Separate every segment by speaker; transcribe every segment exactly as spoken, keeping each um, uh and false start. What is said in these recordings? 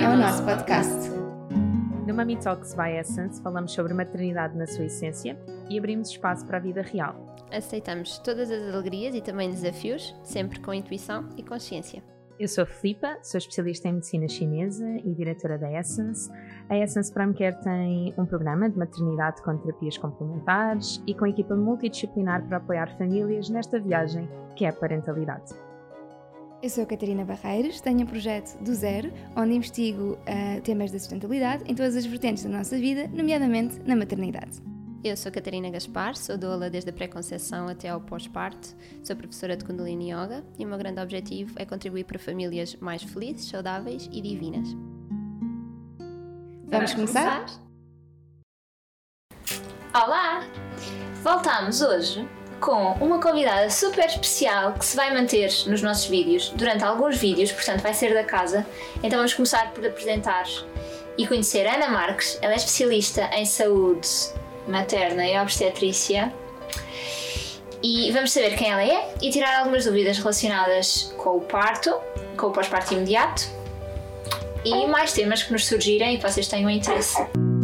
Speaker 1: é o nosso podcast.
Speaker 2: No Mummy Talks by Essence falamos sobre maternidade na sua essência e abrimos espaço para a vida real.
Speaker 1: Aceitamos todas as alegrias e também desafios, sempre com intuição e consciência.
Speaker 2: Eu sou a Filipa, sou especialista em medicina chinesa e diretora da Essence. A Essence Prime Care tem um programa de maternidade com terapias complementares e com equipa multidisciplinar para apoiar famílias nesta viagem que é a parentalidade.
Speaker 3: Eu sou a Catarina Barreiros, tenho um projeto do zero, onde investigo uh, temas da sustentabilidade em todas as vertentes da nossa vida, nomeadamente na maternidade.
Speaker 1: Eu sou a Catarina Gaspar, sou doula desde a pré-conceição até ao pós-parto, sou professora de Kundalini Yoga e o meu grande objetivo é contribuir para famílias mais felizes, saudáveis e divinas.
Speaker 3: Vamos começar?
Speaker 4: Olá! Voltamos hoje com uma convidada super especial que se vai manter nos nossos vídeos, durante alguns vídeos, portanto vai ser da casa. Então vamos começar por apresentar e conhecer a Ana Marques. Ela é especialista em saúde materna e obstetrícia e vamos saber quem ela é e tirar algumas dúvidas relacionadas com o parto, com o pós-parto imediato e mais temas que nos surgirem e que vocês tenham interesse.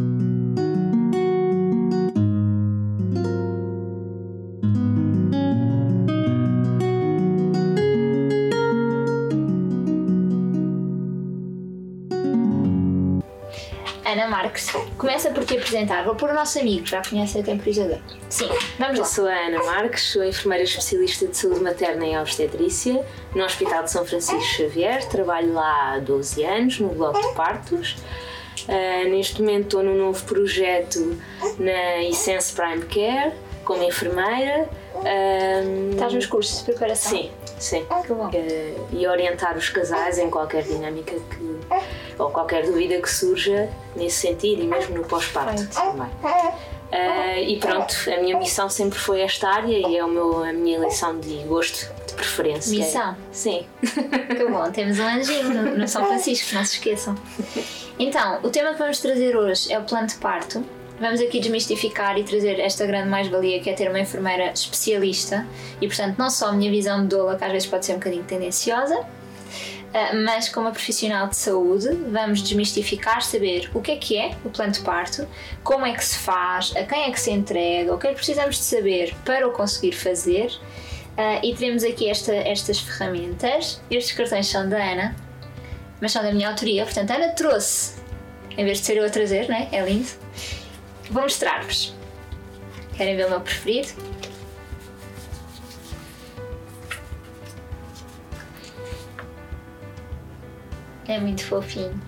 Speaker 4: Ana Marques, começa por te apresentar. Vou pôr o nosso amigo, já conhece a temporizador. Sim, vamos lá.
Speaker 5: Eu sou a Ana Marques, sou enfermeira especialista de saúde materna e obstetrícia no Hospital de São Francisco Xavier. Trabalho lá há doze anos, no bloco de partos. Uh, neste momento estou num novo projeto na Essence Prime Care, como enfermeira. Uh,
Speaker 4: Estás nos cursos de preparação?
Speaker 5: Sim, sim.
Speaker 4: Que bom.
Speaker 5: Uh, e orientar os casais em qualquer dinâmica que, ou qualquer dúvida que surja nesse sentido e mesmo no pós-parto também. Uh, e pronto, a minha missão sempre foi esta área e é o meu, a minha eleição de gosto, de preferência.
Speaker 4: Missão?
Speaker 5: Sim.
Speaker 4: Que bom, temos um anjinho no, no São Francisco, não se esqueçam. Então, o tema que vamos trazer hoje é o plano de parto. Vamos aqui desmistificar e trazer esta grande mais-valia que é ter uma enfermeira especialista e, portanto, não só a minha visão de doula, que às vezes pode ser um bocadinho tendenciosa, mas como profissional de saúde vamos desmistificar, saber o que é que é o plano de parto, como é que se faz, a quem é que se entrega, o que é que precisamos de saber para o conseguir fazer e teremos aqui esta, estas ferramentas. Estes cartões são da Ana, mas são da minha autoria, portanto a Ana trouxe, em vez de ser eu a trazer, não é? É lindo. Vou mostrar-vos. Querem ver o meu preferido? É muito fofinho.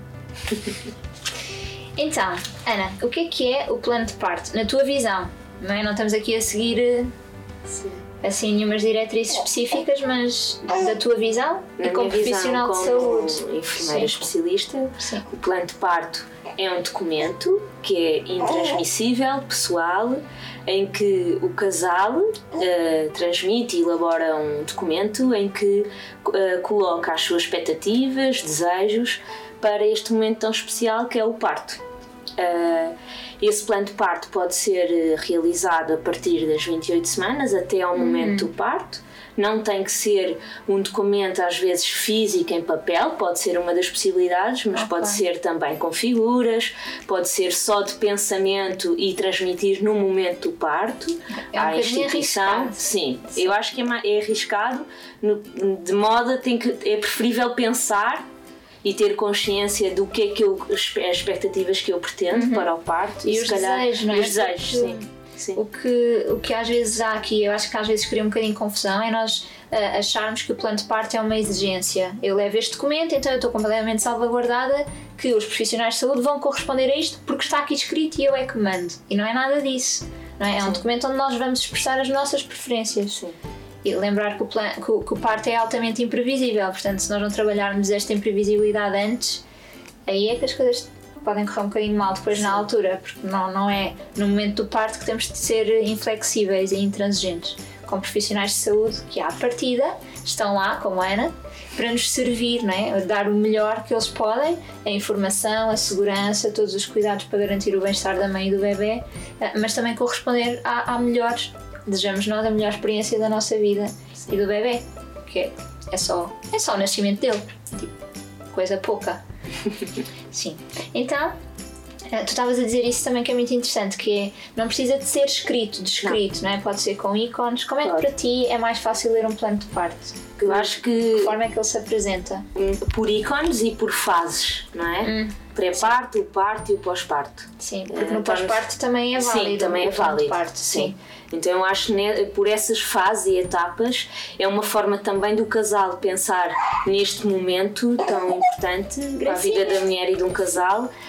Speaker 4: Então, Ana, o que é que é o plano de parto? Na tua visão, não é? Não estamos aqui a seguir
Speaker 5: Sim.
Speaker 4: assim nenhumas diretrizes específicas, mas da tua visão
Speaker 5: Na
Speaker 4: e como
Speaker 5: minha
Speaker 4: profissional
Speaker 5: visão,
Speaker 4: de
Speaker 5: como
Speaker 4: saúde.
Speaker 5: enfermeira
Speaker 4: Sim.
Speaker 5: especialista,
Speaker 4: Sim.
Speaker 5: o plano de parto é um documento que é intransmissível, pessoal, em que o casal uh, transmite e elabora um documento em que uh, coloca as suas expectativas, desejos para este momento tão especial que é o parto. Uh, esse plano de parto pode ser realizado a partir das vinte e oito semanas até ao momento
Speaker 4: uhum.
Speaker 5: do parto. Não tem que ser um documento às vezes físico em papel, pode ser uma das possibilidades, mas
Speaker 4: okay.
Speaker 5: pode ser também com figuras, pode ser só de pensamento e transmitir no momento do parto.
Speaker 4: É um
Speaker 5: à instituição.
Speaker 4: Arriscado.
Speaker 5: Sim,
Speaker 4: Sim,
Speaker 5: eu acho que é, é arriscado, no, de modo tem que, é preferível pensar e ter consciência do que é que eu, as expectativas que eu pretendo uhum. para o parto
Speaker 4: e,
Speaker 5: e
Speaker 4: os
Speaker 5: se calhar,
Speaker 4: desejos, não é?
Speaker 5: E os desejos,
Speaker 4: Porque...
Speaker 5: sim. Sim.
Speaker 4: O que, o que às vezes há aqui, eu acho que às vezes cria um bocadinho de confusão, é nós uh, acharmos que o plano de parto é uma exigência. Eu levo este documento, então eu estou completamente salvaguardada que os profissionais de saúde vão corresponder a isto porque está aqui escrito e eu é que mando. E não é nada disso. Não é? É um documento onde nós vamos expressar as nossas preferências.
Speaker 5: Sim.
Speaker 4: E lembrar que o, plan, que, o, que o parto é altamente imprevisível, portanto se nós não trabalharmos esta imprevisibilidade antes, aí é que as coisas podem correr um bocadinho mal depois Sim. na altura, porque não, não é no momento do parto que temos de ser inflexíveis e intransigentes. Com profissionais de saúde que à partida estão lá, como a Ana, para nos servir, não é? Dar o melhor que eles podem, a informação, a segurança, todos os cuidados para garantir o bem-estar da mãe e do bebê, mas também corresponder à, à melhor, desejamos nós a melhor experiência da nossa vida e do bebê, que é, é, só, é só o nascimento dele, tipo, coisa pouca. Sim. Então, tu estavas a dizer isso também que é muito interessante, que é, não precisa de ser escrito, descrito, não. não é? Pode ser com ícones. Como é que claro. Para ti é mais fácil ler um plano de parto?
Speaker 5: Eu acho que...
Speaker 4: De que forma é que ele se apresenta?
Speaker 5: Por ícones e por fases, não é? Hum. Pré-parto, o parto e o pós-parto.
Speaker 4: Sim, porque no pós-parto também é válido.
Speaker 5: Sim, também é válido. Parto, sim. sim. Então eu acho que por essas fases e etapas é uma forma também do casal pensar neste momento tão importante para a vida da mulher e de um casal, uh,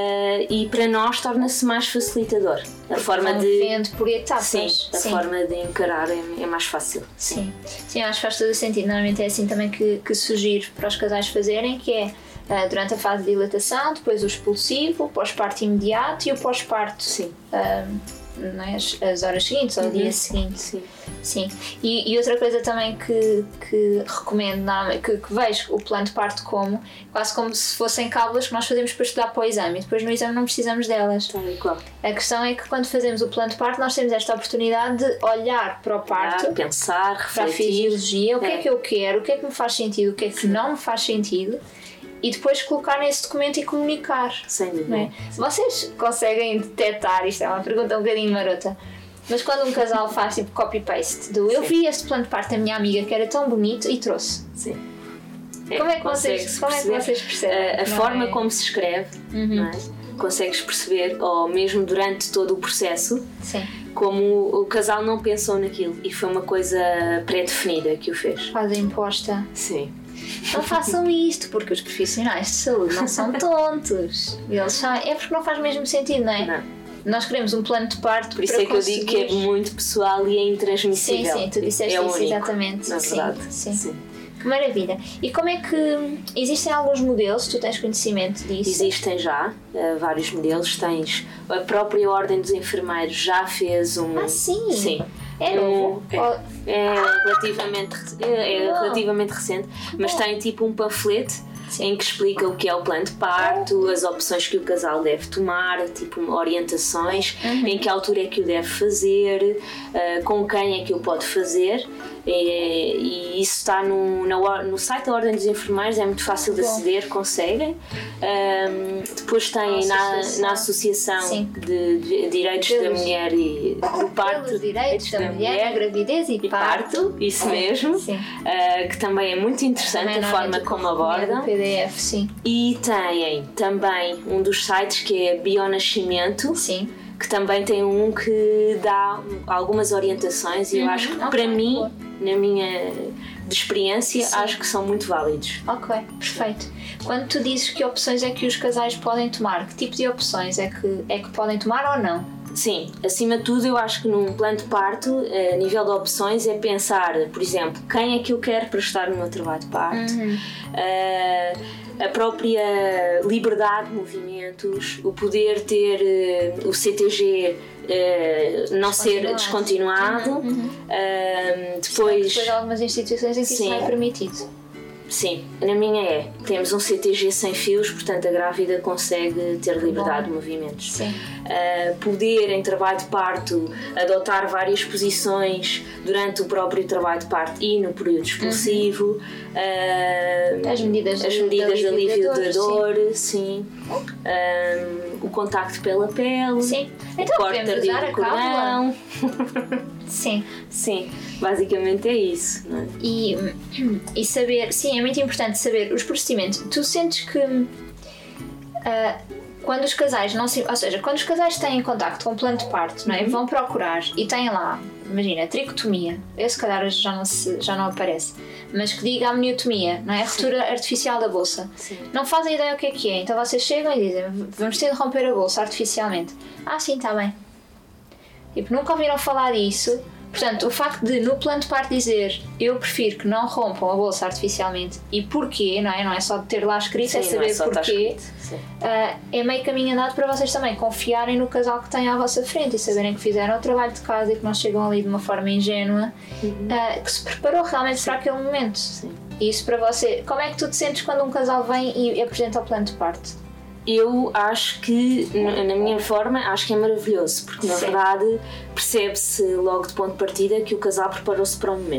Speaker 5: e para nós torna-se mais facilitador. A forma de
Speaker 4: vendo por etapas.
Speaker 5: Sim, a
Speaker 4: sim.
Speaker 5: forma de encarar é, é mais fácil.
Speaker 4: Sim. Sim, acho que faz todo o sentido. Normalmente é assim também que, que sugiro para os casais fazerem, que é Uh, durante a fase de dilatação, depois o expulsivo, o pós-parto imediato e o pós-parto,
Speaker 5: sim.
Speaker 4: Uh, não é? as, as horas seguintes ou uhum. o dia seguinte.
Speaker 5: Sim.
Speaker 4: Sim. E, e outra coisa também que, que recomendo, que, que vejo o plano de parto como, quase como se fossem cábulas que nós fazemos para estudar para o exame e depois no exame não precisamos delas.
Speaker 5: Tá, claro.
Speaker 4: A questão é que quando fazemos o plano de parto nós temos esta oportunidade de olhar para o parto,
Speaker 5: olhar, pensar, refletir,
Speaker 4: para a fisiologia, o que é.
Speaker 5: é
Speaker 4: que eu quero, o que é que me faz sentido, o que é que Sim. não me faz sentido, e depois colocar nesse documento e comunicar.
Speaker 5: Sem dúvida.
Speaker 4: É? Vocês conseguem detectar, isto é uma pergunta um bocadinho marota, mas quando um casal faz tipo copy-paste do eu Sim. vi este plano de parto da minha amiga que era tão bonito e trouxe.
Speaker 5: Sim.
Speaker 4: Como é que, vocês, como é que vocês percebem?
Speaker 5: A, a forma é? como se escreve, uhum. não é? Consegues perceber, ou mesmo durante todo o processo,
Speaker 4: Sim.
Speaker 5: como o casal não pensou naquilo e foi uma coisa pré-definida que o fez.
Speaker 4: Quase imposta.
Speaker 5: Sim.
Speaker 4: Não façam isto, porque os profissionais de saúde não são tontos. Eles sabem, é porque não faz mesmo sentido, não é?
Speaker 5: Não.
Speaker 4: Nós queremos um plano de parto.
Speaker 5: Por isso
Speaker 4: para
Speaker 5: é que conseguir... eu digo que é muito pessoal e é intransmissível.
Speaker 4: Sim, sim, tu disseste
Speaker 5: é
Speaker 4: isso
Speaker 5: único,
Speaker 4: exatamente.
Speaker 5: Na verdade.
Speaker 4: Sim, sim.
Speaker 5: sim.
Speaker 4: Que maravilha. E como é que existem alguns modelos? Tu tens conhecimento disso?
Speaker 5: Existem já uh, vários modelos. Tens a própria Ordem dos Enfermeiros já fez um.
Speaker 4: Ah, sim?
Speaker 5: Sim.
Speaker 4: É novo?
Speaker 5: Um, é, é, relativamente, é, é relativamente recente, mas tem tipo um panfleto Sim. em que explica o que é o plano de parto, as opções que o casal deve tomar, tipo orientações, uhum. em que altura é que o deve fazer, uh, com quem é que o pode fazer. E, e isso está no, na, no site da Ordem dos Enfermeiros, é muito fácil de aceder, conseguem. Um, depois tem na, na Associação de, de Direitos Pelos, da Mulher e do Parto.
Speaker 4: Pelos Direitos da, da Mulher, mulher Gravidez e, e Parto.
Speaker 5: parto isso mesmo, uh, que também é muito interessante também a forma como abordam.
Speaker 4: P D F, sim.
Speaker 5: E têm também um dos sites que é Bionascimento.
Speaker 4: Sim.
Speaker 5: Que também tem um que dá algumas orientações e uhum. eu acho que okay, para mim, boa. na minha de experiência, Sim. acho que são muito válidos.
Speaker 4: Ok, perfeito. Quando tu dizes que opções é que os casais podem tomar, que tipo de opções é que, é que podem tomar ou não?
Speaker 5: Sim, acima de tudo eu acho que num plano de parto, a nível de opções é pensar, por exemplo, quem é que eu quero para estar no meu trabalho de parto,
Speaker 4: uhum.
Speaker 5: uh, a própria liberdade de movimentos, o poder ter uh, o C T G uh, não ser descontinuado,
Speaker 4: uhum, uhum.
Speaker 5: Uh, depois...
Speaker 4: depois há algumas instituições em que isso não é permitido.
Speaker 5: Sim, na minha é. Temos um C T G sem fios, portanto a grávida consegue ter liberdade Bom. de movimentos.
Speaker 4: Sim.
Speaker 5: Uh, poder, em trabalho de parto, adotar várias posições durante o próprio trabalho de parto e no período expulsivo. Uhum. Uh,
Speaker 4: as medidas,
Speaker 5: as
Speaker 4: de,
Speaker 5: medidas de alívio
Speaker 4: da
Speaker 5: dor, sim. sim. Uh, o contacto pela pele,
Speaker 4: sim.
Speaker 5: o
Speaker 4: então,
Speaker 5: corte tardio do cordão.
Speaker 4: Sim.
Speaker 5: Sim, basicamente é isso. Não é?
Speaker 4: E, e saber, sim, é muito importante saber os procedimentos. Tu sentes que uh, quando os casais não se, ou seja, quando os casais têm contacto com o plano de parto, não é? Vão procurar e têm lá, imagina, tricotomia, esse se calhar já não, se, já não aparece, mas que diga amniotomia, não é? A ruptura artificial da bolsa.
Speaker 5: Sim.
Speaker 4: Não fazem ideia o que é que é, então vocês chegam e dizem, vamos ter de romper a bolsa artificialmente. Ah, sim, está bem. Tipo, nunca ouviram falar disso. Portanto, o facto de no plano de parto dizer eu prefiro que não rompam a bolsa artificialmente e porquê, não é? Não é só de ter lá escrito, Sim, é saber é porquê. Uh, é meio caminho andado para vocês também confiarem no casal que têm à vossa frente e saberem que fizeram o trabalho de casa e que não chegam ali de uma forma ingênua, uhum. uh, que se preparou realmente Sim. para aquele momento.
Speaker 5: Sim.
Speaker 4: E isso para você, como é que tu te sentes quando um casal vem e apresenta o plano de parto?
Speaker 5: Eu acho que, na minha forma, acho que é maravilhoso, porque na
Speaker 4: Sim.
Speaker 5: verdade percebe-se logo de ponto de partida que o casal preparou-se para o momento.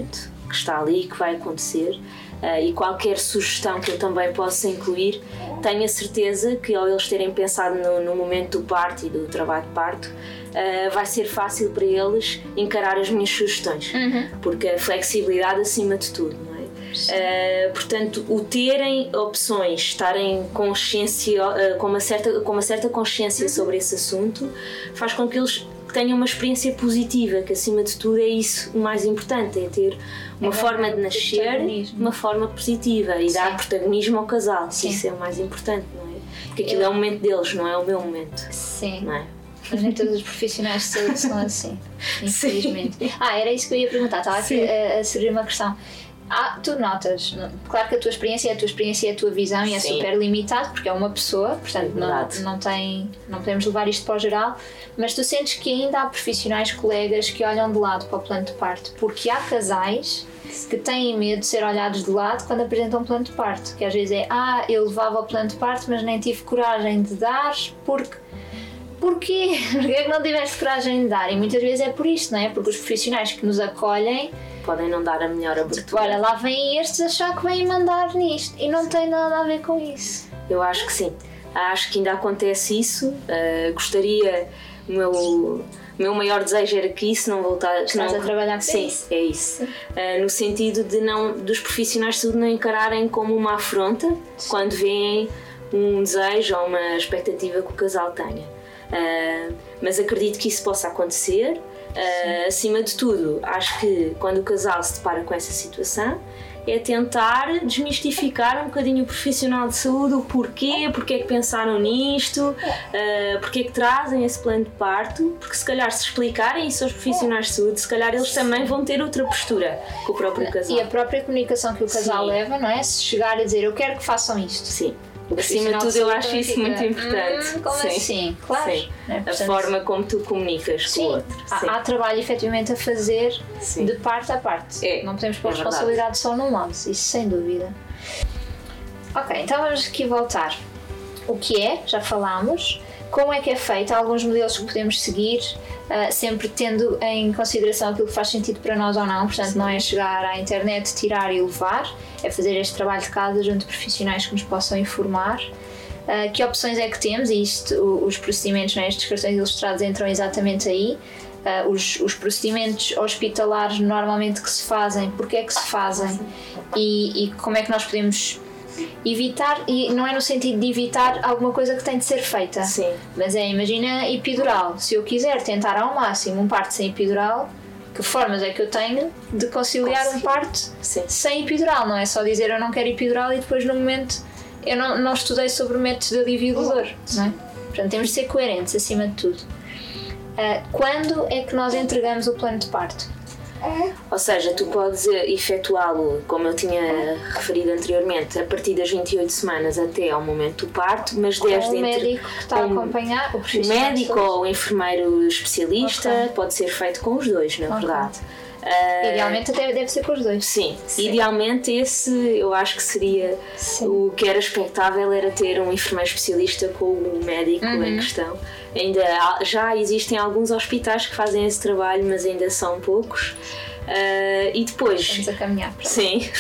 Speaker 5: que está ali, que vai acontecer. Uh, e qualquer sugestão que eu também possa incluir, tenho a certeza que ao eles terem pensado no, no momento do parto e do trabalho de parto, uh, vai ser fácil para eles encarar as minhas sugestões, uhum. porque a flexibilidade acima de tudo, não é? Uh, portanto, o terem opções, estarem consciência, uh, com, uma certa, com uma certa consciência uhum. sobre esse assunto, faz com que eles tenham uma experiência positiva, que acima de tudo é isso o mais importante, é ter uma é forma de nascer, uma forma positiva e Sim. dar protagonismo ao casal. Sim. Isso é o mais importante, não é? Porque aquilo Eu... é o momento deles, não é o meu momento.
Speaker 4: Sim.
Speaker 5: Não é?
Speaker 4: Mas nem todos os profissionais de saúde são assim, infelizmente. Sim. Ah, era isso que eu ia perguntar, estava aqui a, a surgir uma questão. Ah, tu notas, claro que a tua experiência é a tua experiência e a tua visão e é Sim. super limitado porque é uma pessoa, portanto é não, não, tem, não podemos levar isto para o geral, mas tu sentes que ainda há profissionais, colegas que olham de lado para o plano de parto, porque há casais que têm medo de ser olhados de lado quando apresentam um plano de parto, que às vezes é, ah, eu levava o plano de parto mas nem tive coragem de dar porque... Porquê? Porquê é que não tiveste coragem de dar? E muitas vezes é por isto, não é? Porque os profissionais que nos acolhem
Speaker 5: podem não dar a melhor abertura.
Speaker 4: Olha, lá vêm estes achar que vêm mandar nisto e não tem nada a ver com isso.
Speaker 5: Eu acho que sim. Acho que ainda acontece isso. Uh, gostaria, o meu, o meu maior desejo era que isso não voltasse.
Speaker 4: Estás
Speaker 5: não,
Speaker 4: a trabalhar com
Speaker 5: sim,
Speaker 4: isso?
Speaker 5: Sim, é isso. Uh, no sentido de não, dos profissionais de saúde não encararem como uma afronta sim. quando veem um desejo ou uma expectativa que o casal tenha. Uh, mas acredito que isso possa acontecer. Uh, acima de tudo, acho que quando o casal se depara com essa situação é tentar desmistificar um bocadinho o profissional de saúde, o porquê, porque é que pensaram nisto, uh, porque é que trazem esse plano de parto, porque se calhar se explicarem isso aos profissionais de saúde, se calhar eles também vão ter outra postura com o próprio casal.
Speaker 4: E a própria comunicação que o casal Sim. leva, não é? Se chegar a dizer eu quero que façam isto.
Speaker 5: Sim. Acima de tudo, eu acho isso fica, muito importante.
Speaker 4: Hum, como sim. assim? Claro.
Speaker 5: Sim.
Speaker 4: É, portanto,
Speaker 5: a forma como tu comunicas sim. com o outro.
Speaker 4: Há, há trabalho efetivamente a fazer sim. de parte a parte.
Speaker 5: É.
Speaker 4: Não podemos pôr
Speaker 5: é
Speaker 4: responsabilidade só num lado, isso sem dúvida. Ok, então vamos aqui voltar. O que é, já falámos. Como é que é feito? Há alguns modelos que podemos seguir, uh, sempre tendo em consideração aquilo que faz sentido para nós ou não. Portanto, sim. não é chegar à internet, tirar e levar, é fazer este trabalho de casa junto de profissionais que nos possam informar. Uh, que opções é que temos? E isto, os procedimentos, não é? Estes cartões ilustrados entram exatamente aí. Uh, os, os procedimentos hospitalares normalmente que se fazem, porque é que se fazem e, e como é que nós podemos evitar, e não é no sentido de evitar alguma coisa que tem de ser feita.
Speaker 5: Sim.
Speaker 4: Mas é, imagina epidural. Se eu quiser tentar ao máximo um parto sem epidural, que formas é que eu tenho de conciliar Consigo. um parto
Speaker 5: Sim.
Speaker 4: sem epidural? Não é só dizer eu não quero epidural e depois no momento eu não, não estudei sobre métodos de alívio do dor, não é? Portanto, temos de ser coerentes acima de tudo. Uh, quando é que nós entregamos o plano de parto?
Speaker 5: Ou seja, tu podes efetuá-lo, como eu tinha referido anteriormente, a partir das vinte e oito semanas até ao momento do parto, mas desde
Speaker 4: o
Speaker 5: entre
Speaker 4: médico que está um, a acompanhar, o
Speaker 5: o médico ou o enfermeiro especialista, okay. pode ser feito com os dois, na okay. verdade.
Speaker 4: Uh, idealmente até deve ser com os dois.
Speaker 5: Sim, sim. Idealmente esse eu acho que seria sim. o que era expectável, era ter um enfermeiro especialista com o médico uhum. em questão. Ainda há, já existem alguns hospitais que fazem esse trabalho, mas ainda são poucos. Uh, e depois
Speaker 4: estamos a caminhar para
Speaker 5: sim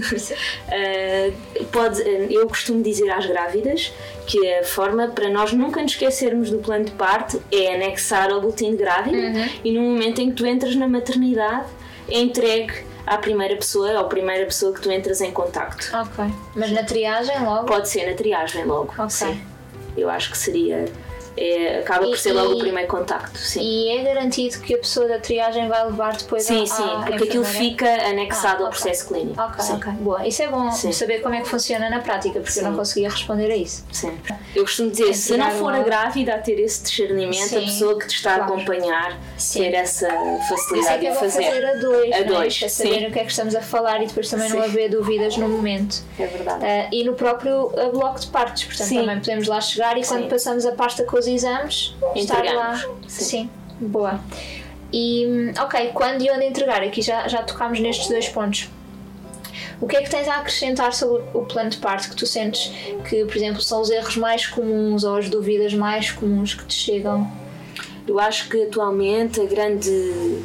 Speaker 5: uh, pode, eu costumo dizer às grávidas que a forma para nós nunca nos esquecermos do plano de parto é anexar ao boletim de grávida uhum. e no momento em que tu entras na maternidade é entregue à primeira pessoa ou à primeira pessoa que tu entras em contacto.
Speaker 4: Ok, mas na triagem logo?
Speaker 5: Pode ser na triagem logo,
Speaker 4: okay.
Speaker 5: sim. Eu acho que seria É, acaba
Speaker 4: e,
Speaker 5: por ser logo
Speaker 4: e,
Speaker 5: o primeiro contacto, sim.
Speaker 4: E é garantido que a pessoa da triagem vai levar depois
Speaker 5: sim,
Speaker 4: a,
Speaker 5: sim,
Speaker 4: a
Speaker 5: porque aquilo fica anexado
Speaker 4: ah,
Speaker 5: ao processo
Speaker 4: okay.
Speaker 5: clínico.
Speaker 4: Ok,
Speaker 5: sim.
Speaker 4: ok, boa. Isso é bom sim. saber como é que funciona na prática, porque sim. eu não conseguia responder a isso.
Speaker 5: Sim. Eu costumo dizer, se não for a grávida a ter esse discernimento, sim. a pessoa que te está claro. a acompanhar sim. ter essa facilidade
Speaker 4: isso é que
Speaker 5: de
Speaker 4: é
Speaker 5: fazer.
Speaker 4: fazer a dois,
Speaker 5: a
Speaker 4: é?
Speaker 5: dois
Speaker 4: para saber sim. o que é que estamos a falar e depois também sim. não haver dúvidas no momento.
Speaker 5: É verdade.
Speaker 4: Uh, e no próprio uh, bloco de partos, portanto sim. também podemos lá chegar e sim. quando passamos a pasta com os exames, estar lá. Sim. Sim, boa. E, ok, quando e onde entregar? Aqui já, já tocámos nestes dois pontos. O que é que tens a acrescentar sobre o plano de parto que tu sentes que, por exemplo, são os erros mais comuns ou as dúvidas mais comuns que te chegam?
Speaker 5: Eu acho que atualmente a grande,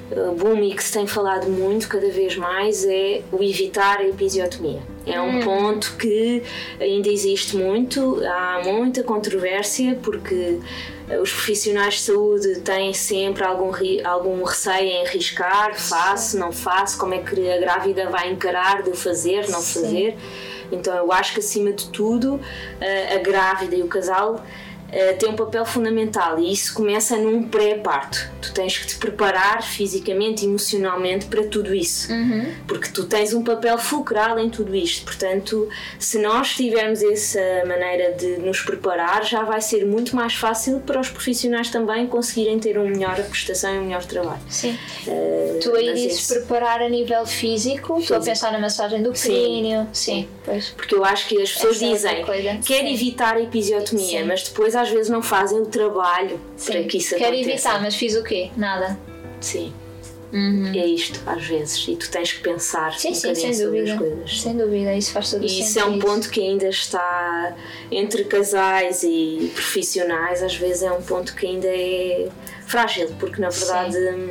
Speaker 5: boom e que se tem falado muito cada vez mais é o evitar a episiotomia. É um hum. ponto que ainda existe muito, há muita controvérsia porque os profissionais de saúde têm sempre algum, algum receio em arriscar, faço, não faço, como é que a grávida vai encarar de fazer, não Sim. fazer. Então eu acho que acima de tudo a grávida e o casal Uh, tem um papel fundamental e isso começa num pré-parto. Tu tens que te preparar fisicamente e emocionalmente para tudo isso, uhum. porque tu tens um papel fulcral em tudo isto. Portanto, se nós tivermos essa maneira de nos preparar, já vai ser muito mais fácil para os profissionais também conseguirem ter uma melhor prestação e um melhor trabalho.
Speaker 4: Sim. Uh, tu aí dizes esse... preparar a nível físico, estou a pensar na massagem do períneo. Sim. Sim. Pois.
Speaker 5: Porque eu acho que as pessoas essa dizem que querem evitar a episiotomia, Sim. mas depois às vezes não fazem o trabalho Sim. para que isso
Speaker 4: Quero
Speaker 5: aconteça.
Speaker 4: Quero evitar, mas fiz o quê? Nada.
Speaker 5: Sim. Uhum. É isto, às vezes. E tu tens que pensar
Speaker 4: sim,
Speaker 5: um
Speaker 4: sim,
Speaker 5: bocadinho
Speaker 4: sem
Speaker 5: sobre
Speaker 4: dúvida.
Speaker 5: as coisas.
Speaker 4: Sem dúvida, isso faz todo o sentido.
Speaker 5: E isso é um ponto que ainda está entre casais e profissionais, às vezes é um ponto que ainda é frágil, porque na verdade sim.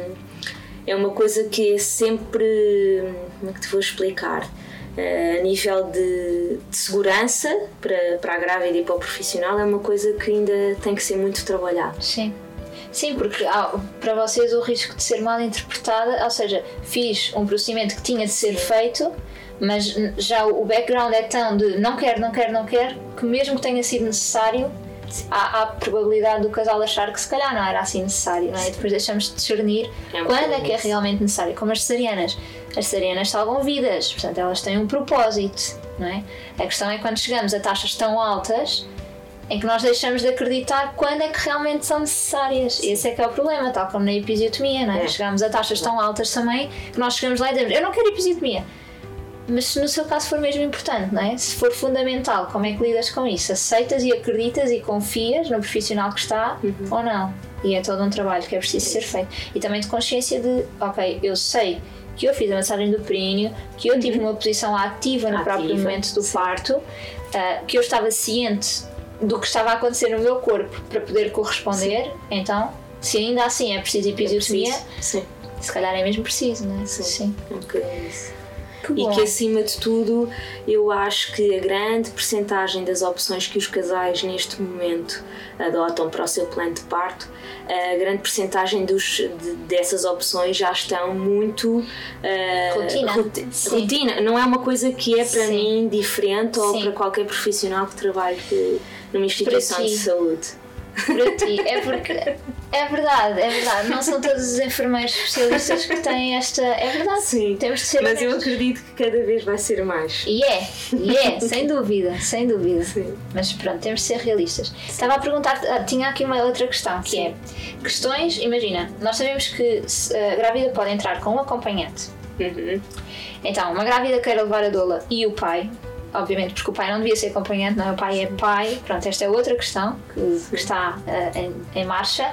Speaker 5: é uma coisa que é sempre... Como é que te vou explicar? A nível de, de segurança para, para a grávida e para o profissional é uma coisa que ainda tem que ser muito trabalhada.
Speaker 4: Sim, sim, porque ah, para vocês o risco de ser mal interpretada, ou seja, fiz um procedimento que tinha de ser Sim. feito, mas já o background é tão de não quero, não quero, não quero, que mesmo que tenha sido necessário, há, há a probabilidade do casal achar que se calhar não era assim necessário, não é? E depois deixamos de discernir é quando é que é realmente necessário, como as cesarianas. As cesarianas salvam vidas, portanto elas têm um propósito, não é? A questão é quando chegamos a taxas tão altas em que nós deixamos de acreditar quando é que realmente são necessárias. Esse é que é o problema, tal como na episiotomia, não é? É. Chegamos a taxas tão altas também que nós chegamos lá e dizemos eu não quero episiotomia. Mas se no seu caso for mesmo importante, não é? Se for fundamental, como é que lidas com isso? Aceitas e acreditas e confias no profissional que está uhum. ou não? E é todo um trabalho que é preciso ser feito. E também de consciência de, ok, eu sei que eu fiz a massagem do períneo, que eu uhum. tive uma posição ativa no ativa, próprio momento do parto, uh, que eu estava ciente do que estava a acontecer no meu corpo para poder corresponder. Sim. Então, se ainda assim é preciso episiotomia, é preciso. Se calhar é mesmo preciso, não é?
Speaker 5: Sim, Sim. um bocadinho isso. Que e que acima de tudo eu acho que a grande percentagem das opções que os casais neste momento adotam para o seu plano de parto, a grande percentagem dos, de, dessas opções já estão muito uh,
Speaker 4: rotina.
Speaker 5: Roti- rotina, não é uma coisa que é para Sim. mim diferente ou Sim. para qualquer profissional que trabalhe que, numa instituição de saúde.
Speaker 4: Para ti, é porque é verdade, é verdade, não são todos os enfermeiros especialistas que têm esta, é verdade,
Speaker 5: Sim,
Speaker 4: temos de ser
Speaker 5: mas
Speaker 4: honestos.
Speaker 5: Eu acredito que cada vez vai ser mais.
Speaker 4: E é, e é, sem dúvida, sem dúvida,
Speaker 5: Sim.
Speaker 4: mas pronto, temos de ser realistas. Sim. Estava a perguntar, ah, tinha aqui uma outra questão, que Sim. é, questões, imagina, nós sabemos que a grávida pode entrar com um acompanhante,
Speaker 5: uhum.
Speaker 4: então uma grávida quer levar a doula e o pai, obviamente porque o pai não devia ser acompanhante, não é? O pai é pai, pronto, esta é outra questão que, que está uh, em, em marcha,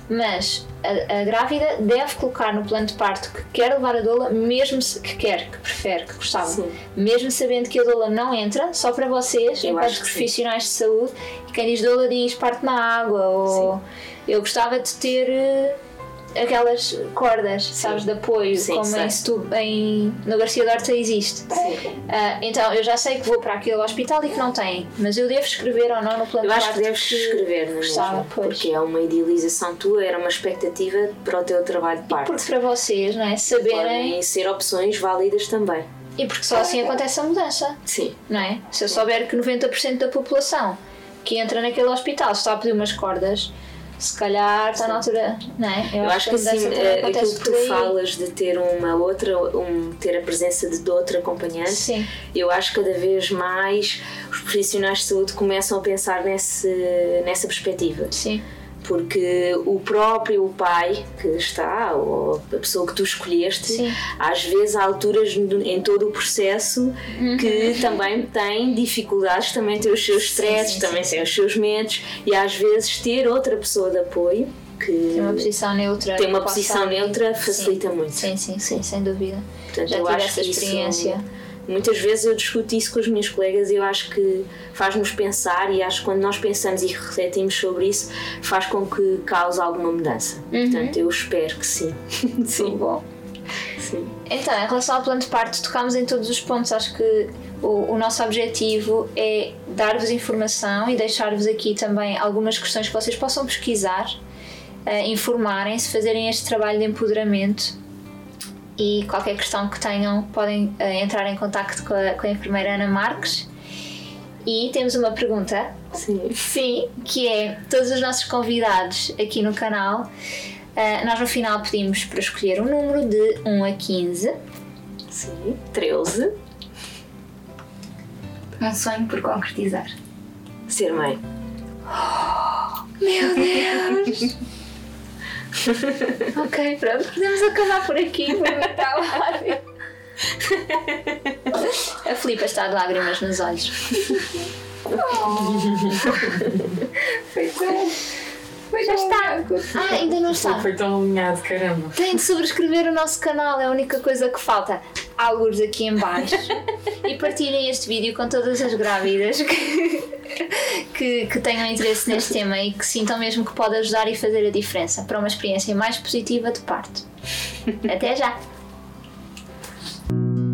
Speaker 4: mas a, a grávida deve colocar no plano de parto que quer levar a doula, mesmo se, que quer, que prefere, que gostava, sim. mesmo sabendo que a doula não entra, só para vocês, eu enquanto profissionais sim. de saúde, e quem diz doula diz parte na água, ou sim. eu gostava de ter... Uh, aquelas cordas, Sim. sabes, de apoio, Sim, como em, Stu, em no Garcia de Horta existe. Uh, então, eu já sei que vou para aquele hospital e que não tem, mas eu devo escrever ou não no plano de parto?
Speaker 5: Eu acho que deves escrever, não é mesmo? Porque é uma idealização tua, era uma expectativa para o teu trabalho de parto.
Speaker 4: E porque para vocês, não é? Saberem...
Speaker 5: Podem ser opções válidas também.
Speaker 4: E porque só assim acontece a mudança.
Speaker 5: Sim.
Speaker 4: Não é? Se eu souber que noventa por cento da população que entra naquele hospital está a pedir umas cordas, se calhar está na altura, não é?
Speaker 5: Eu, eu acho que assim, aquilo que tu falas de ter uma outra, um, ter a presença de, de outra acompanhante,
Speaker 4: Sim.
Speaker 5: eu acho que cada vez mais os profissionais de saúde começam a pensar nesse, nessa perspectiva.
Speaker 4: Sim.
Speaker 5: Porque o próprio pai que está, ou a pessoa que tu escolheste,
Speaker 4: Sim.
Speaker 5: às vezes há alturas em todo o processo uhum. que também tem dificuldades, também tem os seus stresses, também sim, tem sim. os seus medos, e às vezes ter outra pessoa de apoio que
Speaker 4: tem uma posição neutra,
Speaker 5: tem uma posição neutra facilita
Speaker 4: sim.
Speaker 5: muito.
Speaker 4: Sim, sim, sim, sem dúvida.
Speaker 5: Portanto,
Speaker 4: já
Speaker 5: eu
Speaker 4: tive
Speaker 5: acho
Speaker 4: essa
Speaker 5: que
Speaker 4: experiência.
Speaker 5: Isso Muitas vezes eu discuto isso com os meus colegas e eu acho que faz-nos pensar, e acho que quando nós pensamos e refletimos sobre isso, faz com que cause alguma mudança. Uhum. Portanto, eu espero que sim.
Speaker 4: Sim. Bom.
Speaker 5: Sim.
Speaker 4: Então, em relação ao plano de parto, tocámos em todos os pontos. Acho que o, o nosso objetivo é dar-vos informação e deixar-vos aqui também algumas questões que vocês possam pesquisar, uh, informarem-se, fazerem este trabalho de empoderamento, e qualquer questão que tenham podem uh, entrar em contacto com a, com a enfermeira Ana Marques. E temos uma pergunta,
Speaker 5: sim.
Speaker 4: Sim, que é: todos os nossos convidados aqui no canal, uh, nós no final pedimos para escolher um número de um a quinze.
Speaker 5: Sim, treze.
Speaker 3: Um sonho por concretizar.
Speaker 5: Ser mãe.
Speaker 4: Oh, meu Deus! Ok, pronto, podemos acabar por aqui. A Filipa está de lágrimas nos olhos.
Speaker 3: Oh. Foi tão... Foi
Speaker 4: Já está. Ah, ainda não está.
Speaker 2: Foi tão alinhado, caramba.
Speaker 4: Tem de subscrever o nosso canal, é a única coisa que falta. Algures aqui em baixo. E partilhem este vídeo com todas as grávidas que, que, que tenham interesse neste tema e que sintam mesmo que pode ajudar e fazer a diferença para uma experiência mais positiva de parto. Até já!